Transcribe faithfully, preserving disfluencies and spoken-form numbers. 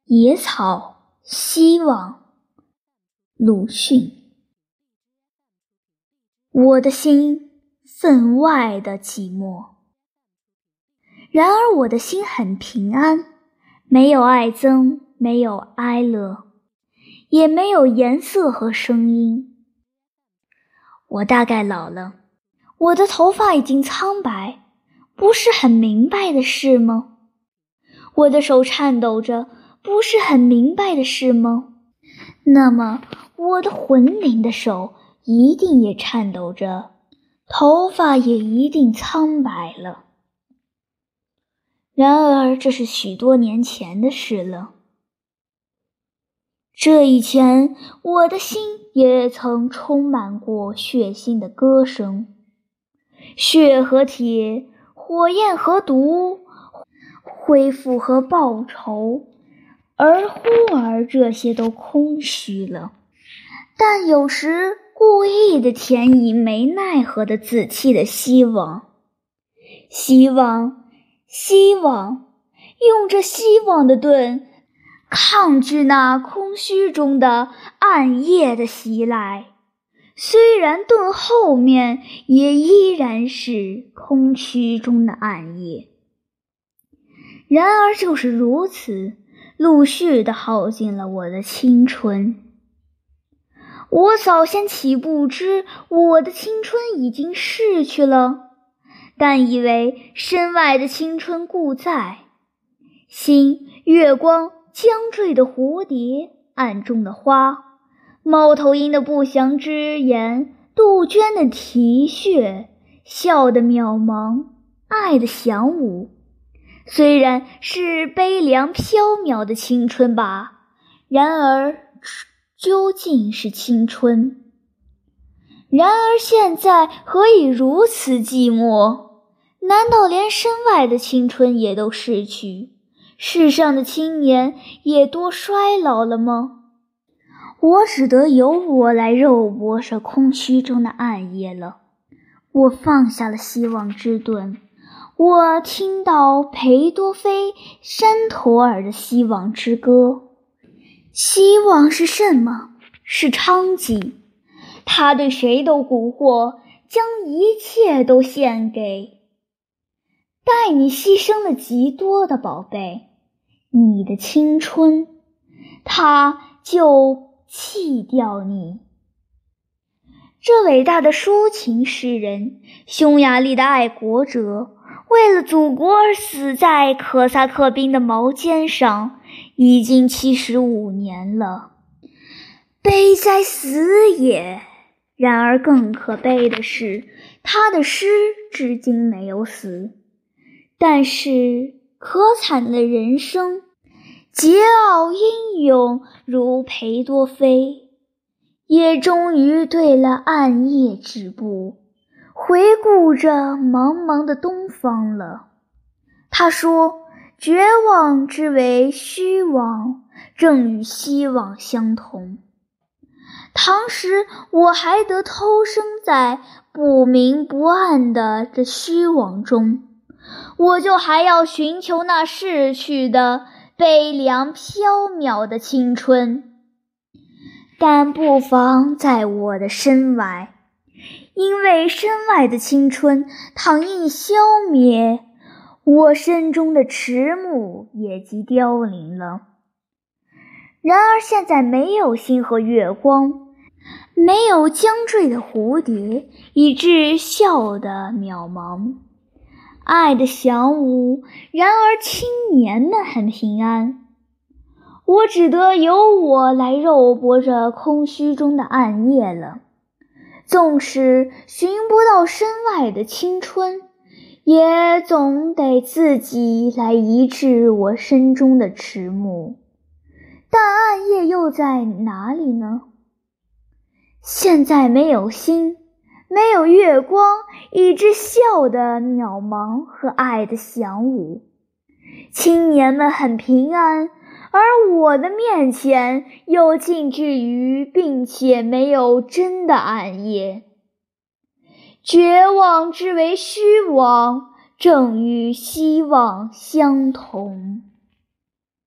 野草希望，鲁迅。我的心分外的寂寞，然而我的心很平安，没有爱憎，没有哀乐，也没有颜色和声音。我大概老了，我的头发已经苍白，不是很明白的事吗？我的手颤抖着，不是很明白的事吗？那么我的魂灵的手一定也颤抖着，头发也一定苍白了。然而这是许多年前的事了。这以前我的心也曾充满过血腥的歌声，血和铁，火焰和毒，恢复和报仇，而忽而这些都空虚了。但有时故意的填以没奈何的自欺的希望，希望，希望，用这希望的盾抗拒那空虚中的暗夜的袭来，虽然盾后面也依然是空虚中的暗夜。然而就是如此，陆续地耗尽了我的青春。我早先岂不知我的青春已经逝去了，但以为身外的青春固在，星、月光、将坠的蝴蝶、暗中的花、猫头鹰的不祥之言、杜鹃的啼血、笑的渺茫、爱的翔舞，虽然是悲凉缥缈的青春吧，然而究竟是青春。然而现在何以如此寂寞？难道连身外的青春也都逝去，世上的青年也多衰老了吗？我只得由我来肉搏这空虚中的暗夜了。我放下了希望之盾，我听到裴多菲、山陀尔的希望之歌。希望是什么？是娼妓，他对谁都蛊惑，将一切都献给待你牺牲了极多的宝贝，你的青春，他就弃掉你。这伟大的抒情诗人，匈牙利的爱国者，为了祖国而死在可萨克兵的矛尖上，已经七十五年了。悲哉死也！然而更可悲的是，他的诗至今没有死。但是可惨的人生，桀骜英勇如裴多菲，也终于对了暗夜止步，回顾着茫茫的东方了。他说，绝望之为虚妄，正与希望相同。当时我还得偷生在不明不暗的这虚妄中，我就还要寻求那逝去的悲凉缥缈的青春。但不妨在我的身外，因为身外的青春倘一消灭，我身中的迟暮也即凋零了。然而现在没有星和月光，没有将坠的蝴蝶，以致笑的渺茫，爱的翔舞，然而青年们很平安。我只得由我来肉搏着空虚中的暗夜了。纵使寻不到身外的青春，也总得自己来医治我身中的迟暮。但暗夜又在哪里呢？现在没有星，没有月光，以致笑的渺茫和爱的翔舞。青年们很平安，而我的面前又静止于并且没有真的暗夜。绝望之为虚妄，正与希望相同。